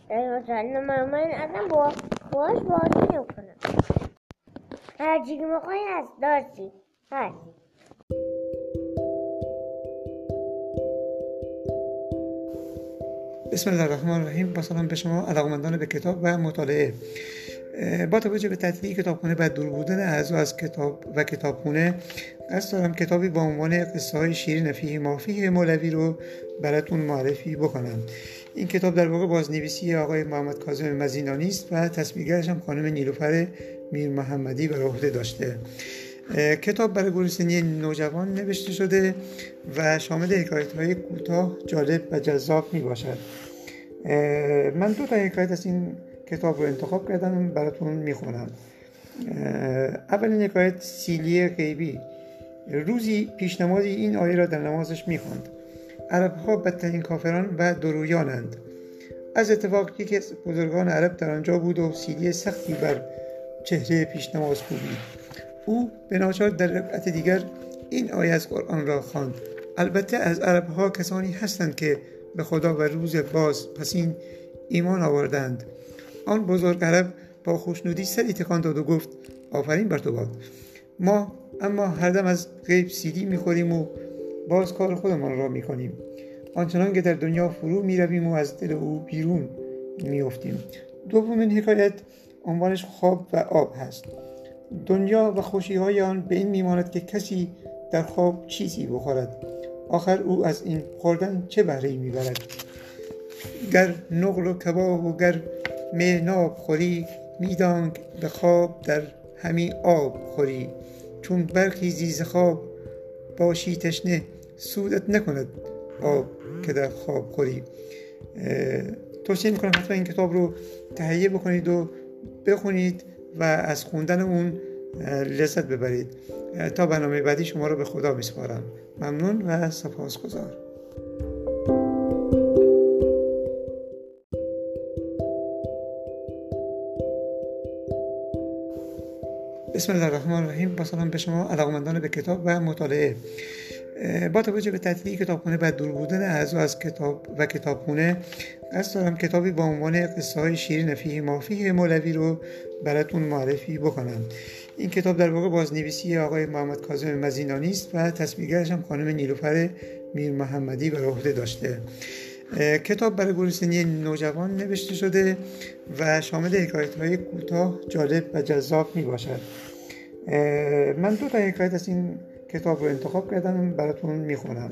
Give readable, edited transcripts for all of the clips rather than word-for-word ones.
مثلا من اصلا باش بازی نمیکنم. هرچی که میخوایی هست داشتی هست. بسم الله الرحمن الرحیم. با سلام به شما علاقمندان به کتاب و مطالعه. با توجه به تعطیلی کتابخانه و دور بودن اعضا از کتاب و کتابخونه، قصد دارم کتابی با عنوان قصه های شیرین فیه مافیه مولوی رو براتون معرفی بکنم. این کتاب در واقع بازنویسی آقای محمد کاظم مزینانی است و تصویرگرش هم خانم نیلوفر میر محمدی بر عهده داشته. کتاب برای گروه سنی نوجوان نوشته شده و شامل حکایت‌های کوتاه، جالب و جذاب میباشد. من 2 تا حکایت از این کتاب رو انتخاب کردم براتون میخونم. اولین حکایت سیلی غیبی. روزی پیشنمازی این آیه را در نمازش میخواند: عرب‌ها بدترین کافران و درویانند. از اتفاق یکی از بزرگان عرب در آنجا بود و سیلی سختی بر چهره پیشنماز کوبید. او به ناچار در رکعت دیگر این آیه از قرآن را خواند: البته از عرب‌ها کسانی هستند که به خدا و روز باز پسین ایمان آوردند. آن بزرگ عرب با خوشنودی سری تکان داد و گفت: آفرین بر تو باد. ما اما هر دم از غیب سیلی میخوریم و باز کار خودمان را میکنیم، آنچنان که در دنیا فرو میرویم و از دل او بیرون میافتیم. دومین حکایت عنوانش خواب و آب هست. دنیا و خوشی‌های آن به این میماند که کسی در خواب چیزی بخورد، آخر او از این خوردن چه بهره‌ای میبرد؟ گر نقل و کباب و گر می ناب خوری، میدانک به خواب در همی آب خوری. چون برخیزی ز خواب باشی تشنه، سودت نکند آب که در خواب خوری. توصیه میکنم حتما این کتاب رو تهیه بکنید و بخونید و از خوندن اون لذت ببرید. تا برنامه بعدی شما رو به خدا میسپارم. ممنون و سپاسگزار. بسم الله الرحمن الرحیم. با سلام به شما علاقمندان به کتاب و مطالعه. با توجه به تعطیلی کتابخانه و دور بودن اعضا از کتاب و کتابخونه، قصد دارم کتابی با عنوان قصه های شیرین فیه مافیه مولوی رو براتون معرفی بکنم. این کتاب در واقع بازنویسی آقای محمد کاظم مزینانی است و تصویرگرش هم خانم نیلوفر میر محمدی بر عهده داشته. کتاب برای گروه سنی نوجوان نوشته شده و شامل حکایت‌های کوتاه، جالب و جذاب میباشد. من 2 تا حکایت از این کتاب رو انتخاب کردم براتون میخونم.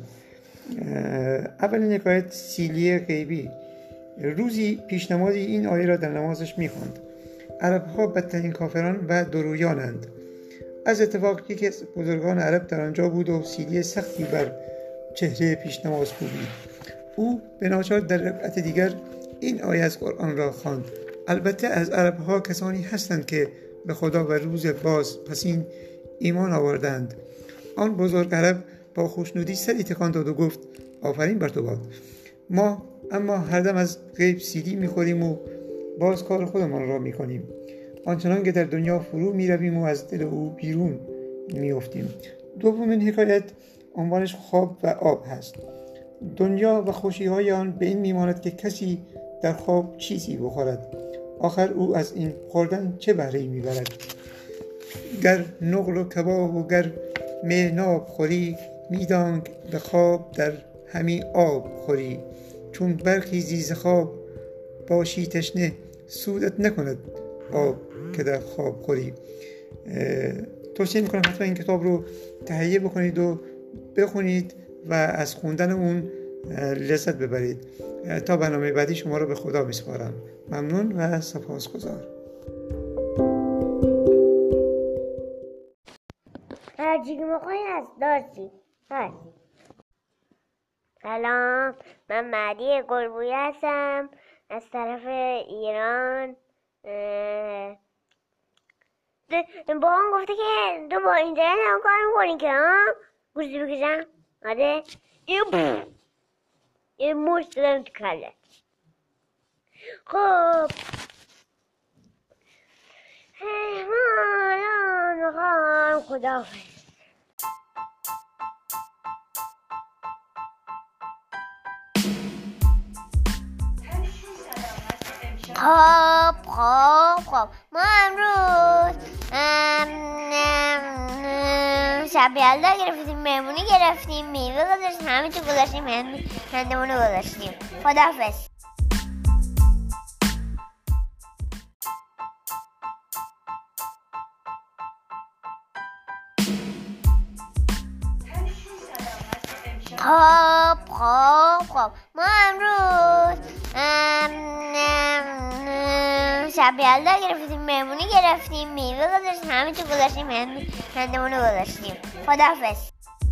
اولین حکایت سیلی غیبی. روزی پیشنمازی این آیه را در نمازش میخواند: عرب‌ها بدترین کافران و درویانند. از اتفاق یکی از بزرگان عرب در آنجا بود و سیلی سختی بر چهره پیشنماز کوبید. او به ناچار در رکعت دیگر این آیه از قرآن را خواند: البته از عرب‌ها کسانی هستند که به خدا و روز باز پسین ایمان آوردند. آن بزرگ عرب با خوشنودی سری تکان داد و گفت: آفرین بر تو باد. ما اما هر دم از غیب سیلی میخوریم و باز کار خودمان را میکنیم، آنچنان که در دنیا فرو میرویم و از دل او بیرون میافتیم. دومین حکایت عنوانش خواب و آب هست. دنیا و خوشی‌های آن به این میماند که کسی در خواب چیزی بخورد، آخر او از این خوردن چه بهره‌ای میبرد؟ گر نقل و کباب و گر می ناب خوری، میدانک به خواب در همی آب خوری. چون برخیزی ز خواب باشی تشنه، سودت نکند آب که در خواب خوری. توصیه میکنم حتما این کتاب رو تهیه بکنید و بخونید و از خوندن اون لذت ببرید. تا برنامه بعدی شما رو به خدا میسپارم. ممنون و سپاسگزار. هرچی که میخوایی هست داشتی هست. سلام، من مهدی گلبویی هستم از طرف ایران. با هم گفته که تو با اینترنت هم کار میکنی که گوشی بکشم. آره یه مشت دارم تو کله. خب من میخوام خداحافظ. خب ما امروز شب یلدا گرفتیم، مهمونی گرفتیم، میوه گذاشتیم، همه چی گذاشتیم، هندمونو گذاشتیم. خداحافظ. خب ما امروز شب یلدا گرفتیم، مهمونی گرفتیم، میوه گذاشتیم، همه چی گذاشتیم، هندمونو گذاشتیم. خداحافظ.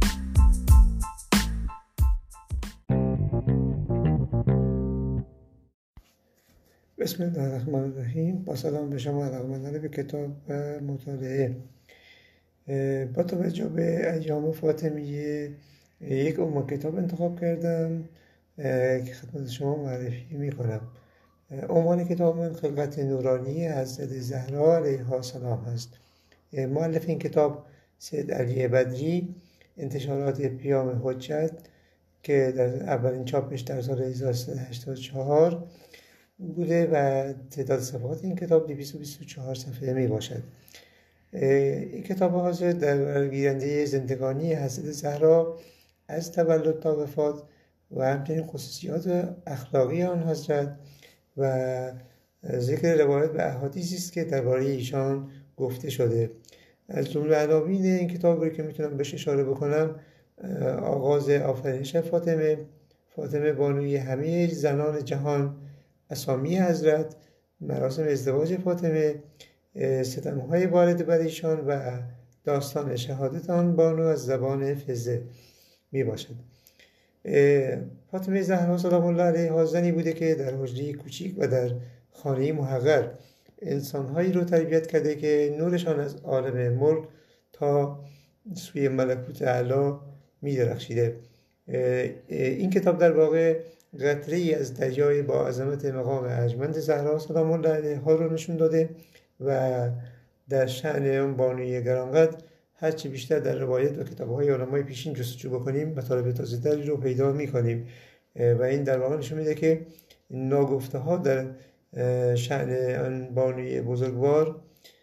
بسم الله الرحمن الرحیم. با سلام به شما علاقه‌مندان به کتاب و مطالعه. با توجه به ایام فاطمیه یک عنوان کتاب انتخاب کردم که خدمت شما معرفی میکنم. عنوان کتاب من خلقت نورانی حضرت زهرا علیها السلام هست. مؤلف این کتاب سید علی بدری، انتشارات پیام حجت که در اولین چاپش در سال 1384 بوده و تعداد صفحات این کتاب 224 صفحه می باشد. این کتاب حاضر در برگیرنده زندگانی حضرت زهرا از تولد تا وفات و همچنین خصوصیات اخلاقی آن حضرت و ذکر روایت و احادیثی است که درباره ایشان گفته شده. از جمله عناوین این کتاب رو که میتونم بهش اشاره بکنم: آغاز آفرینش فاطمه بانوی همه زنان جهان، اسامی حضرت، مراسم ازدواج فاطمه، ستم‌های وارد بر ایشان و داستان شهادت آن بانو از زبان فزه می باشد. فاطمه زهرا سلام الله علیها زنی بوده که در حجره کوچیک و در خانه محقر انسان‌هایی رو تربیت کرده که نورشان از عالم ملک تا سوی ملکوت اعلی می درخشیده. این کتاب در واقع قطره‌ای از دریای با عظمت مقام ارجمند زهرا سلام الله علیها رو نشون داده و در شأن اون بانوی گرانقدر هرچی بیشتر در روایت و کتاب‌های علمای پیشین جستجو بکنیم مطالب تازه‌تری رو پیدا می‌کنیم و این در واقع نشون میده که ناگفته‌ها در شأن آن بانوی بزرگوار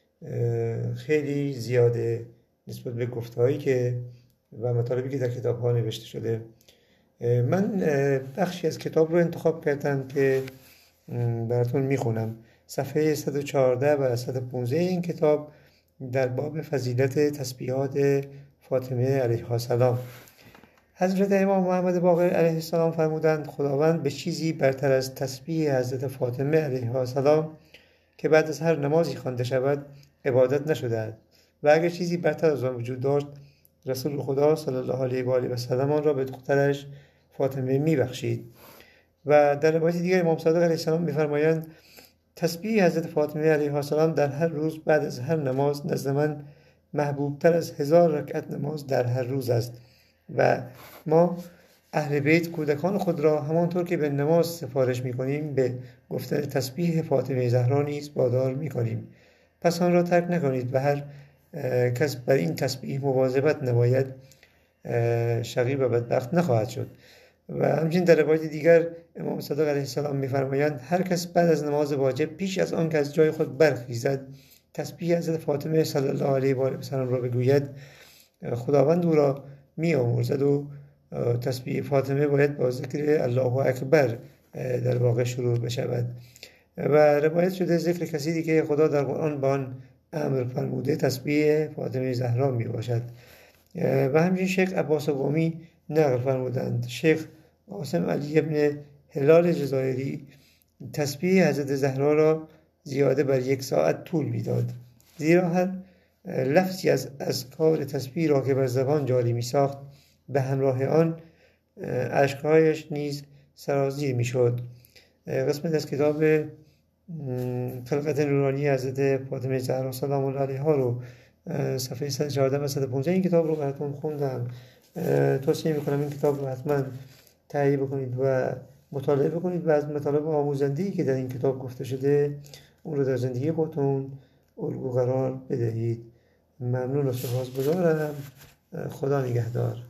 خیلی زیاده نسبت به گفته‌هایی که و مطالبی که در کتاب‌ها نوشته شده. من بخشی از کتاب رو انتخاب کردم که براتون میخونم. صفحه 114 و 115 این کتاب در باب فضیلت تسبیحات فاطمه علیها السلام. حضرت امام محمد باقر علیه السلام فرمودند: خداوند به چیزی برتر از تسبیح حضرت فاطمه علیها السلام که بعد از هر نمازی خوانده شود عبادت نشده و اگر چیزی برتر از آن وجود داشت رسول خدا صلی الله علیه و آله و سلم آن را به دخترش فاطمه میبخشید. و در روایت دیگر امام صادق علیه السلام میفرمایند: تسبیح حضرت فاطمه علیها السلام در هر روز بعد از هر نماز نزد من محبوب تر از 1000 رکعت نماز در هر روز است. و ما اهل بیت کودکان خود را همانطور که به نماز سفارش میکنیم به گفتن تسبیح فاطمه زهرا نیز وادار میکنیم. پس آن را ترک نکنید و هر کس بر این تسبیح مواظبت نماید شقی و بدبخت نخواهد شد. و همچنین در روایت دیگر امام صادق علیه السلام می‌فرمایند: هر کس بعد از نماز واجب پیش از آن که از جای خود برخیزد تسبیح حضرت فاطمه صلی الله علیه و آله و سلم را بگوید خداوند او را می‌آمرزد و تسبیح فاطمه باید با ذکر الله اکبر در واقع شروع بشود. و روایت شده ذکر کسی که خدا در قرآن با آن امر فرموده تسبیح فاطمه زهرا می باشد. و همچنین شیخ عباس قمی نقل فرمودند: شیخ قاسم علی ابن هلال جزایری تسبیح حضرت زهرا را زیاده بر 1 ساعت طول میداد، زیرا هر لفظی از اذکار تسبیح را که بر زبان جاری می ساخت به همراه آن اشکهایش نیز سرازیر می شد. قسمت از کتاب خلقت نورانی حضرت فاطمه زهرا سلام الله علیها رو صفحه 114 و 115 این کتاب رو براتون خوندم. توصیه میکنم این کتاب رو حتما تهیه بکنید و مطالعه بکنید و از مطالب آموزنده‌ای که در این کتاب گفته شده اون رو در زندگی خودتون الگو قرار بدهید. ممنون و سپاسگزارم. خدا نگهدار.